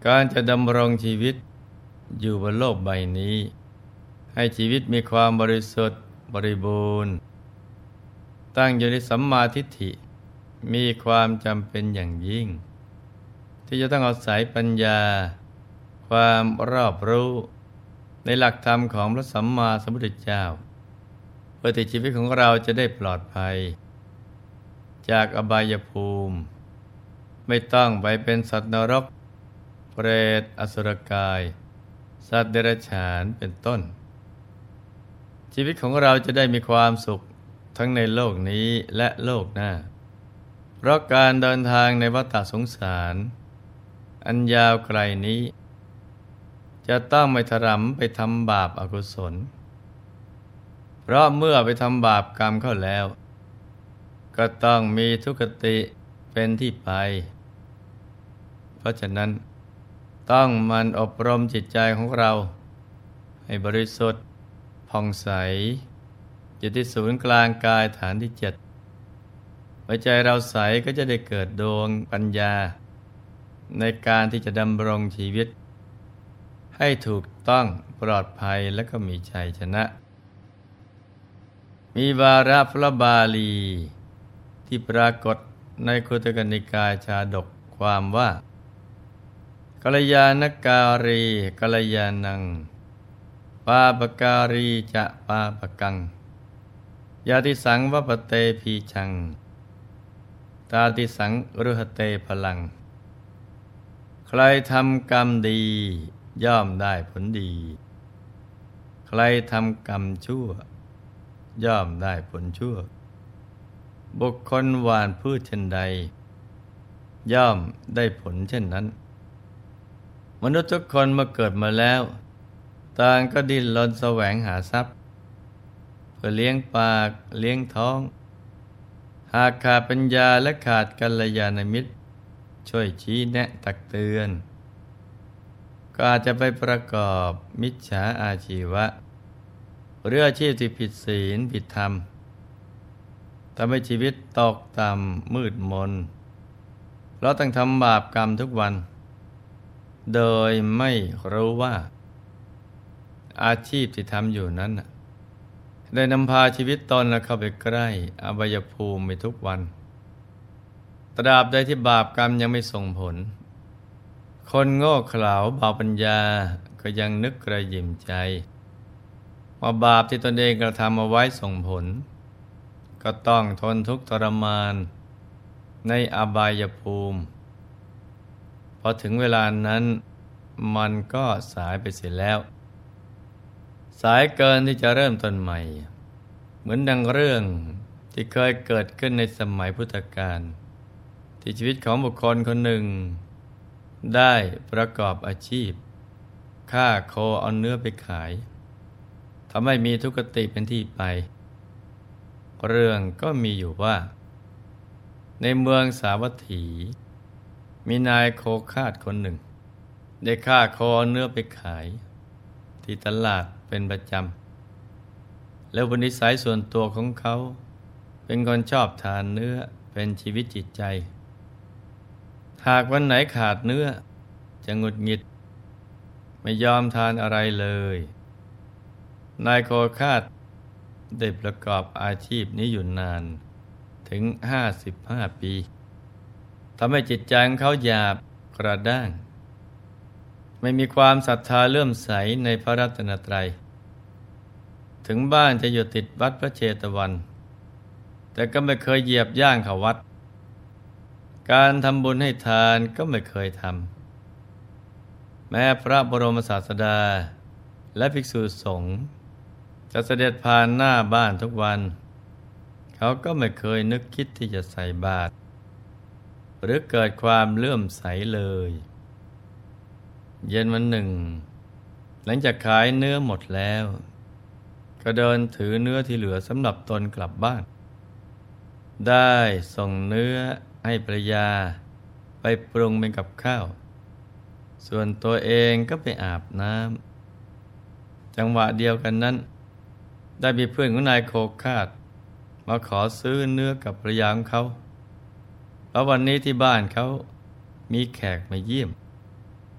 การจะดำรงชีวิตอยู่บนโลกใบนี้ให้ชีวิตมีความบริสุทธิ์บริบูรณ์ตั้งอยู่ในสัมมาทิฏฐิมีความจำเป็นอย่างยิ่งที่จะต้องอาศัยปัญญาความรอบรู้ในหลักธรรมของพระสัมมาสัมพุทธเจ้าเพื่อที่ชีวิตของเราจะได้ปลอดภัยจากอบายภูมิไม่ต้องไปเป็นสัตว์นรกเปรตอสุรกายสัตว์เดรัจฉานเป็นต้นชีวิตของเราจะได้มีความสุขทั้งในโลกนี้และโลกหน้าเพราะการเดินทางในวัฏสงสารอันยาวไกลนี้จะต้องไม่ถลำไปทำบาปอกุศลเพราะเมื่อไปทำบาปกรรมเข้าแล้วก็ต้องมีทุกขติเป็นที่ไปเพราะฉะนั้นต้องมันอบรมจิตใจของเราให้บริสุทธิ์ผ่องใสอยู่ที่ศูนย์กลางกายฐานที่7เมื่อใจเราใสก็จะได้เกิดดวงปัญญาในการที่จะดำรงชีวิตให้ถูกต้องปลอดภัยและก็มีชัยชนะมีวาระพระบาลีที่ปรากฏในคุตกนิกายชาดกความว่ากัลยาณการีกัลยาณังปาปการีจะปาปกังยาติสังวปเตพีชังตาติสังรุหเตพลังใครทำกรรมดีย่อมได้ผลดีใครทำกรรมชั่วย่อมได้ผลชั่วบุคคลหว่านพืชเช่นใดย่อมได้ผลเช่นนั้นมนุษย์ทุกคนเมื่อเกิดมาแล้วต่างก็ดิ้นรนแสวงหาทรัพย์เพื่อเลี้ยงปากเลี้ยงท้องหากขาดปัญญาและขาดกัลยาณมิตรช่วยชี้แนะตักเตือนก็อาจจะไปประกอบมิจฉาอาชีวะหรืออาชีพที่ผิดศีลผิดธรรมทำให้ชีวิตตกต่ำมืดมนเพราะต้องทำบาปกรรมทุกวันโดยไม่รู้ว่าอาชีพที่ทำอยู่นั้นได้นำพาชีวิตตนเข้าไปใกล้อบายภูมิไปทุกวันตราบใดที่บาปกรรมยังไม่ส่งผลคนโง่เขลาเบาปัญญาก็ยังนึกกระยิมใจว่าบาปที่ตนเองกระทำเอาไว้ส่งผลก็ต้องทนทุกข์ทรมานในอบายภูมิพอถึงเวลานั้นมันก็สายไปเสียแล้วสายเกินที่จะเริ่มต้นใหม่เหมือนดังเรื่องที่เคยเกิดขึ้นในสมัยพุทธกาลที่ชีวิตของบุคคลคนหนึ่งได้ประกอบอาชีพฆ่าโคเอาเนื้อไปขายทำให้มีทุกขติเป็นที่ไปเรื่องก็มีอยู่ว่าในเมืองสาวัตถีมีนายโคฆาตคนหนึ่งได้ฆ่าโคเอาเนื้อไปขายที่ตลาดเป็นประจำแล้วบนนิสัยส่วนตัวของเขาเป็นคนชอบทานเนื้อเป็นชีวิตจิตใจหากวันไหนขาดเนื้อจะหงุดหงิดไม่ยอมทานอะไรเลยนายโคฆาตได้ประกอบอาชีพนี้อยู่นานถึง55 ปีทำให้จิตใจของเขาหยาบกระด้างไม่มีความศรัทธาเลื่อมใสในพระรัตนตรัยถึงบ้านจะอยู่ติดวัดพระเชตวันแต่ก็ไม่เคยเหยียบย่างเข้าวัดการทำบุญให้ทานก็ไม่เคยทำแม้พระบรมศาสดาและภิกษุสงฆ์จะเสด็จผ่านหน้าบ้านทุกวันเขาก็ไม่เคยนึกคิดที่จะใส่บาตรหรือเกิดความเลื่อมใสเลยเย็นวันหนึ่งหลังจากขายเนื้อหมดแล้วก็เดินถือเนื้อที่เหลือสำหรับตนกลับบ้านได้ส่งเนื้อให้ภรรยาไปปรุงเป็นกับข้าวส่วนตัวเองก็ไปอาบน้ำจังหวะเดียวกันนั้นได้มีเพื่อนของนายโคฆาตมาขอซื้อเนื้อกับภรรยาของเขาเพราะวันนี้ที่บ้านเขามีแขกมาเยี่ยม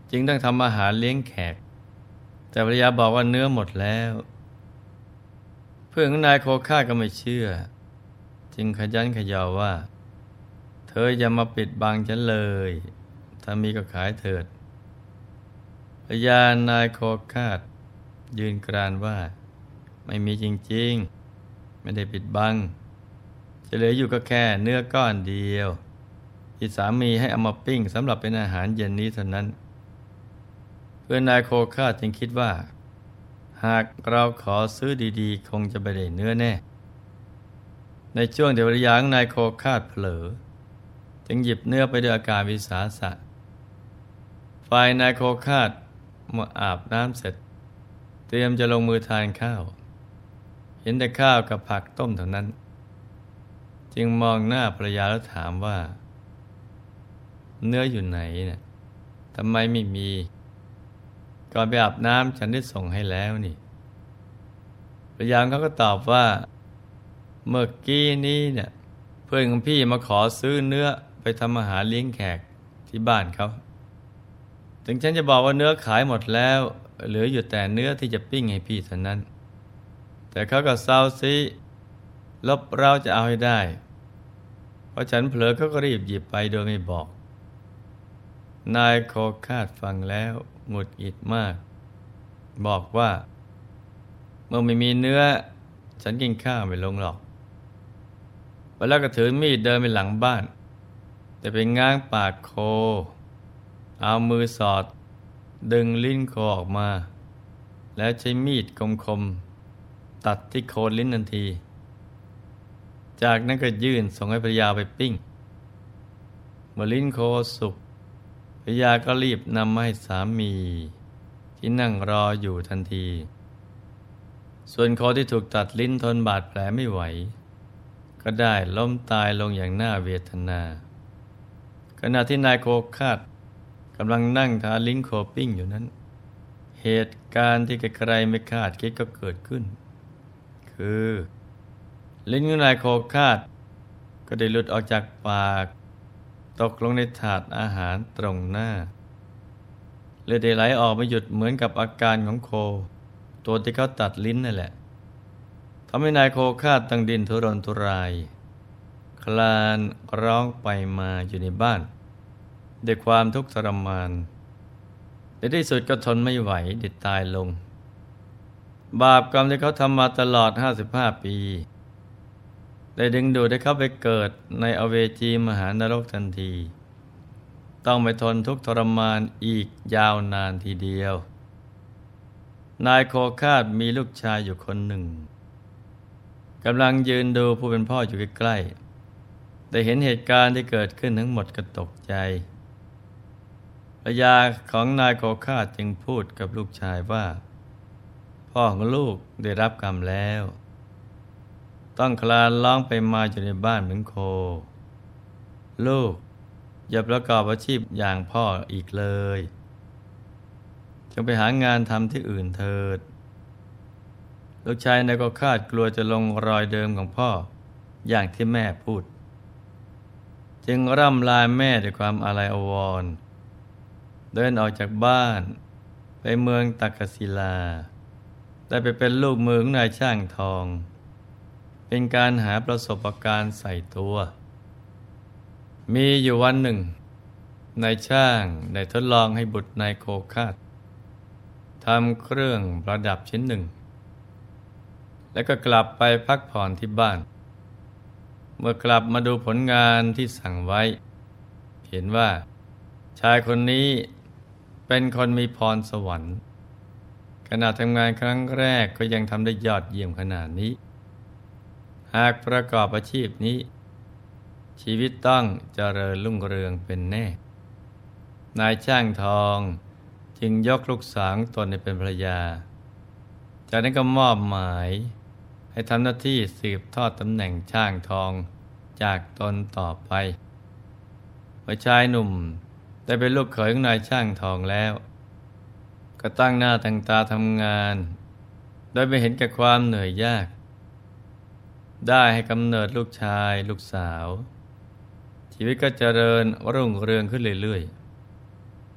จึงต้องทำอาหารเลี้ยงแขกแต่ภรรยาบอกว่าเนื้อหมดแล้วเพื่อนของนายโคค่าก็ไม่เชื่อจึงขยันขยอว่าเธออย่ามาปิดบังฉันเลยถ้ามีก็ขายเถิดภรรยานายโคค่ายืนกรานว่าไม่มีจริงๆไม่ได้ปิดบังจะเหลืออยู่ก็แค่เนื้อก้อนเดียวที่สามีให้เอามาปิ้งสำหรับเป็นอาหารเย็นนี้เท่านั้นเพื่อนนายโคค่าจึงคิดว่าหากเราขอซื้อดีๆคงจะไม่ได้เนื้อแน่ในช่วงที่ภรรยาของนายโคค่าเผลอจึงหยิบเนื้อไปด้วยอาการวิสาสะฝ่ายนายโคค่าเมื่ออาบน้ำเสร็จเตรียมจะลงมือทานข้าวเห็นแต่ข้าวกับผักต้มเท่านั้นจึงมองหน้าภรรยาแล้วถามว่าเนื้ออยู่ไหนเนี่ยทำไมไม่มีก่อนไปอาบน้ำฉันได้ส่งให้แล้วนี่ภรรยาเขาก็ตอบว่าเมื่อกี้นี้เนี่ยเพื่อนของพี่มาขอซื้อเนื้อไปทำอาหารเลี้ยงแขกที่บ้านเขาถึงฉันจะบอกว่าเนื้อขายหมดแล้วเหลืออยู่แต่เนื้อที่จะปิ้งให้พี่เท่านั้นแต่เขาก็เซาซีลบเราจะเอาให้ได้เพราะฉันเผลอเขาก็รีบหยิบไปโดยไม่บอกนายโคคาดฟังแล้วหงุดหงิดมากบอกว่าเมื่อไม่มีเนื้อฉันกินข้าวไม่ลงหรอกแล้วก็ถือมีดเดินไปหลังบ้านแต่ไปง้างปากโคเอามือสอดดึงลิ้นโคออกมาแล้วใช้มีดคมๆตัดที่โคนลิ้นทันทีจากนั้นก็ยื่นส่งให้ภรรยาไปปิ้งเมื่อลิ้นโคสุกภรรยาก็รีบนำมาให้สามีที่นั่งรออยู่ทันทีส่วนโคที่ถูกตัดลิ้นทนบาดแผลไม่ไหวก็ได้ล้มตายลงอย่างน่าเวทนาขณะที่นายโคคาดกำลังนั่งทานลิ้นโคปิ้งอยู่นั้นเหตุการณ์ที่ใครๆไม่คาดคิดก็เกิดขึ้นคือลิ้นของนายโคคาดก็ได้หลุดออกจากปากตกลงในถาดอาหารตรงหน้าเลือดได้ไหลออกไม่หยุดเหมือนกับอาการของโคตัวที่เขาตัดลิ้นนั่นแหละทำให้นายโคคาดต้องดิ้นทุรนทุรายคลานร้องไปมาอยู่ในบ้านด้วยความทุกข์ทรมานในที่สุดก็ทนไม่ไหวได้ตายลงบาปกรรมที่เขาทำมาตลอด55 ปีได้ดึงดูดให้เขาไปเกิดในอเวจีมหานรกทันทีต้องไปทนทุกข์ทรมานอีกยาวนานทีเดียวนายโคคาดมีลูกชายอยู่คนหนึ่งกำลังยืนดูผู้เป็นพ่ออยู่ใกล้ๆได้เห็นเหตุการณ์ที่เกิดขึ้นทั้งหมดก็ตกใจภรรยาของนายโคคาดจึงพูดกับลูกชายว่าพ่อของลูกได้รับกรรมแล้วต้องคลานร้องไปมาอยู่ในบ้านเหมือนโคลูกอย่าประกอบอาชีพอย่างพ่ออีกเลยจงไปหางานทำที่อื่นเถิดลูกชายนายโคคาดกลัวจะลงรอยเดิมของพ่ออย่างที่แม่พูดจึงร่ำลาแม่ด้วยความอาลัยอาวรณ์เดินออกจากบ้านไปเมืองตักกศิลาได้ไปเป็นลูกมือของนายช่างทองเป็นการหาประสบการณ์ใส่ตัวมีอยู่วันหนึ่งนายช่างได้ทดลองให้บุตรนายโคคาดทำเครื่องประดับชิ้นหนึ่งแล้วก็กลับไปพักผ่อนที่บ้านเมื่อกลับมาดูผลงานที่สั่งไว้เห็นว่าชายคนนี้เป็นคนมีพรสวรรค์ขณะทำงานครั้งแรกก็ยังทำได้ยอดเยี่ยมขนาดนี้หากประกอบอาชีพนี้ชีวิตต้องเจริญรุ่งเรืองเป็นแน่นายช่างทองจึงยกลูกสาวของตนให้เป็นภรรยาจากนั้นก็มอบหมายให้ทำหน้าที่สืบทอดตำแหน่งช่างทองจากตนต่อไปเมื่อชายหนุ่มได้เป็นลูกเขยของนายช่างทองแล้วก็ตั้งหน้าตั้งตาทำงานโดยไม่เห็นแก่ความเหนื่อยยากได้ให้กำเนิดลูกชายลูกสาวชีวิตก็เจริญรุ่งเรืองขึ้นเรื่อยๆ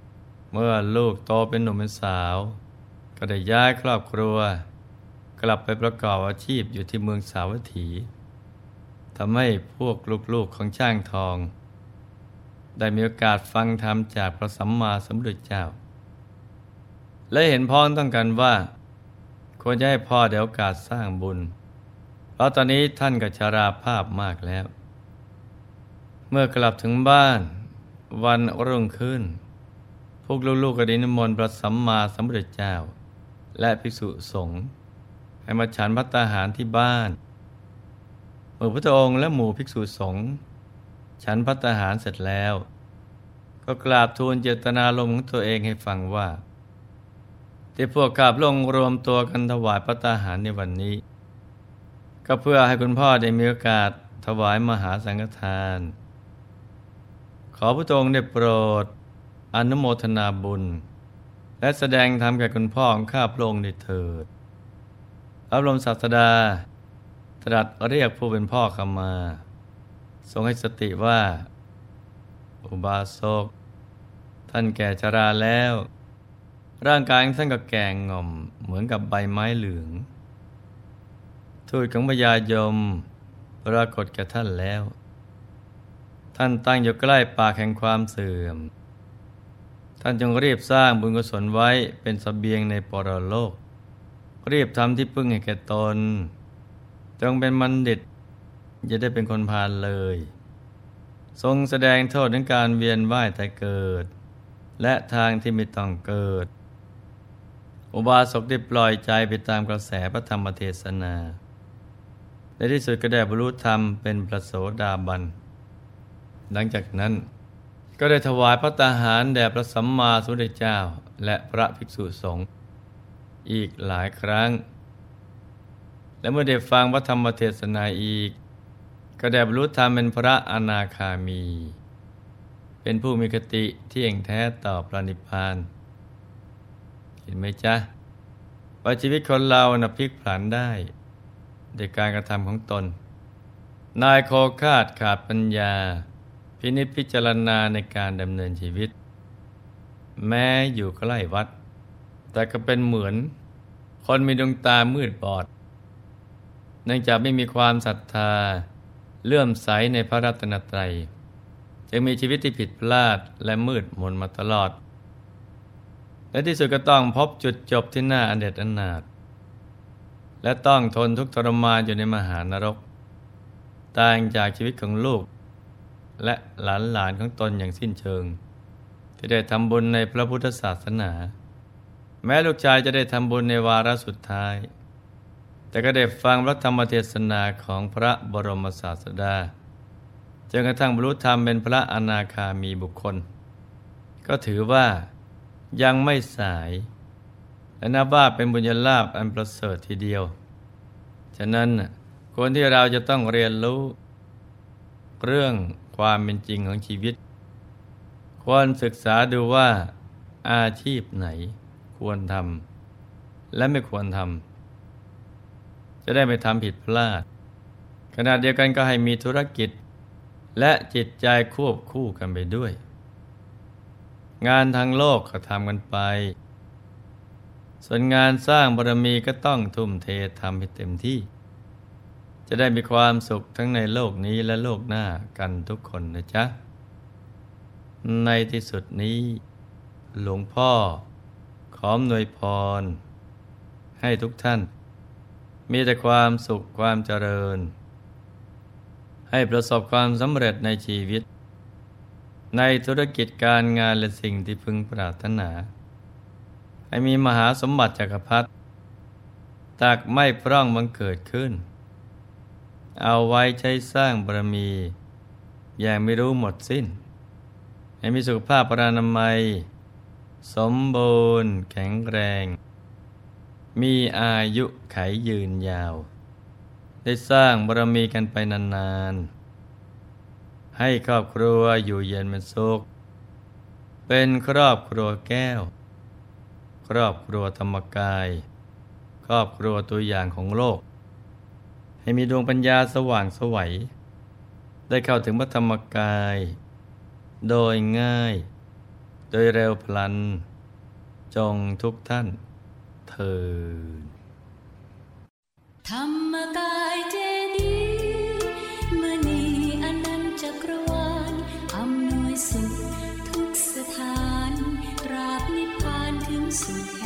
เมื่อลูกโตเป็นหนุ่มเป็นสาวก็ได้ย้ายครอบครัวกลับไปประกอบอาชีพอยู่ที่เมืองสาวัตถีทำให้พวกลูกๆของช่างทองได้มีโอกาสฟังธรรมจากพระสัมมาสัมพุทธเจ้าและเห็นพ้องต้องกันว่าควรจะให้พ่อได้โอกาสสร้างบุญเพราะตอนนี้ท่านก็ชราภาพมากแล้วเมื่อกลับถึงบ้านวันรุ่งขึ้นพวกลูกๆก็ได้นิมนต์พระสัมมาสัมพุทธเจ้าและภิกษุสงฆ์ให้มาฉันภัตตาหารที่บ้านเมื่อพระองค์และหมู่ภิกษุสงฆ์ฉันภัตตาหารเสร็จแล้วก็กราบทูลเจตนารมณ์ของตัวเองให้ฟังว่าที่พวกข้าพระองค์รวมตัวกันถวายภัตตาหารในวันนี้ก็เพื่อให้คุณพ่อได้มีโอกาสถวายมหาสังฆทานขอพระองค์ได้โปรดอนุโมทนาบุญและแสดงธรรมแก่คุณพ่อของข้าพระองค์ได้เถิดพระบรมศาสดาตรัสเรียกผู้เป็นพ่อเข้ามาทรงให้สติว่าอุบาสกท่านแก่ชราแล้วร่างกายของท่านก็แก่ง่อมเหมือนกับใบไม้เหลืองทูตของพญายมปรากฏแก่ท่านแล้วท่านตั้งอยู่ใกล้ปากแห่งความเสื่อมท่านจงรีบสร้างบุญกุศลไว้เป็นเสบียงในปรโลกรีบทำที่พึ่งให้แก่ตนจงเป็นบัณฑิตอย่าได้เป็นคนพาลเลยทรงแสดงโทษถึงการเวียนว่ายแต่เกิดและทางที่ไม่ต้องเกิดอุบาสกได้ปล่อยใจไปตามกระแสพระธรรมเทศนาในที่สุดก็ได้บรรลุธรรมเป็นพระโสดาบันหลังจากนั้นก็ได้ถวายภัตตาหารแด่พระสัมมาสัมพุทธเจ้าและพระภิกษุสงฆ์อีกหลายครั้งและเมื่อได้ฟังพระธรรมเทศนาอีกก็ได้บรรลุธรรมเป็นพระอนาคามีเป็นผู้มีคติที่เองแท้ต่อพระนิพพานเห็นไหมจ๊ะว่าชีวิตคนเราพลิกผันได้ด้วยการกระทำของตนนายโคขาดปัญญาพินิจพิจารณาในการดำเนินชีวิตแม้อยู่ใกล้วัดแต่ก็เป็นเหมือนคนมีดวงตามืดบอดเนื่องจากไม่มีความศรัทธาเลื่อมใสในพระรัตนตรัยจึงมีชีวิตที่ผิดพลาดและมืดมนมาตลอดและที่สุดก็ต้องพบจุดจบที่น่าอเนจอนาถและต้องทนทุกข์ทรมานอยู่ในมหานรกต่างจากชีวิตของลูกและหลานของตนอย่างสิ้นเชิงที่ได้ทำบุญในพระพุทธศาสนาแม้ลูกชายจะได้ทำบุญในวาระสุดท้ายแต่ก็ได้ฟังพระธรรมเทศนาของพระบรมศาสดาจนกระทั่งบรรลุธรรมเป็นพระอนาคามีบุคคลก็ถือว่ายังไม่สายและนับว่าเป็นบุญญาลาภอันประเสริฐทีเดียวฉะนั้นควรที่เราจะต้องเรียนรู้เรื่องความเป็นจริงของชีวิตควรศึกษาดูว่าอาชีพไหนควรทำและไม่ควรทำจะได้ไม่ทำผิดพลาดขณะเดียวกันก็ให้มีธุรกิจและจิตใจควบคู่กันไปด้วยงานทางโลกก็ทำกันไปส่วนงานสร้างบารมีก็ต้องทุ่มเททำให้เต็มที่จะได้มีความสุขทั้งในโลกนี้และโลกหน้ากันทุกคนนะจ๊ะในที่สุดนี้หลวงพ่อขออำนวยพรให้ทุกท่านมีแต่ความสุขความเจริญให้ประสบความสำเร็จในชีวิตในธุรกิจการงานและสิ่งที่พึงปรารถนาให้มีมหาสมบัติจักรพรรดิตักไม่พร่องบังเกิดขึ้นเอาไว้ใช้สร้างบารมีอย่างไม่รู้หมดสิ้นให้มีสุขภาพพรรณนามัยสมบูรณ์แข็งแรงมีอายุขัยยืนยาวได้สร้างบารมีกันไปนานๆให้ครอบครัวอยู่เย็นเป็นสุขเป็นครอบครัวแก้วครอบครัวธรรมกายครอบครัวตัวอย่างของโลกให้มีดวงปัญญาสว่างไสวได้เข้าถึงพระธรรมกายโดยง่ายโดยเร็วพลันจงทุกท่านเถิดธรรมกายเจดีย์มณีอนันตจักรวาลอำนวยสุขทุกสถานตราบนิพพานถึงสุข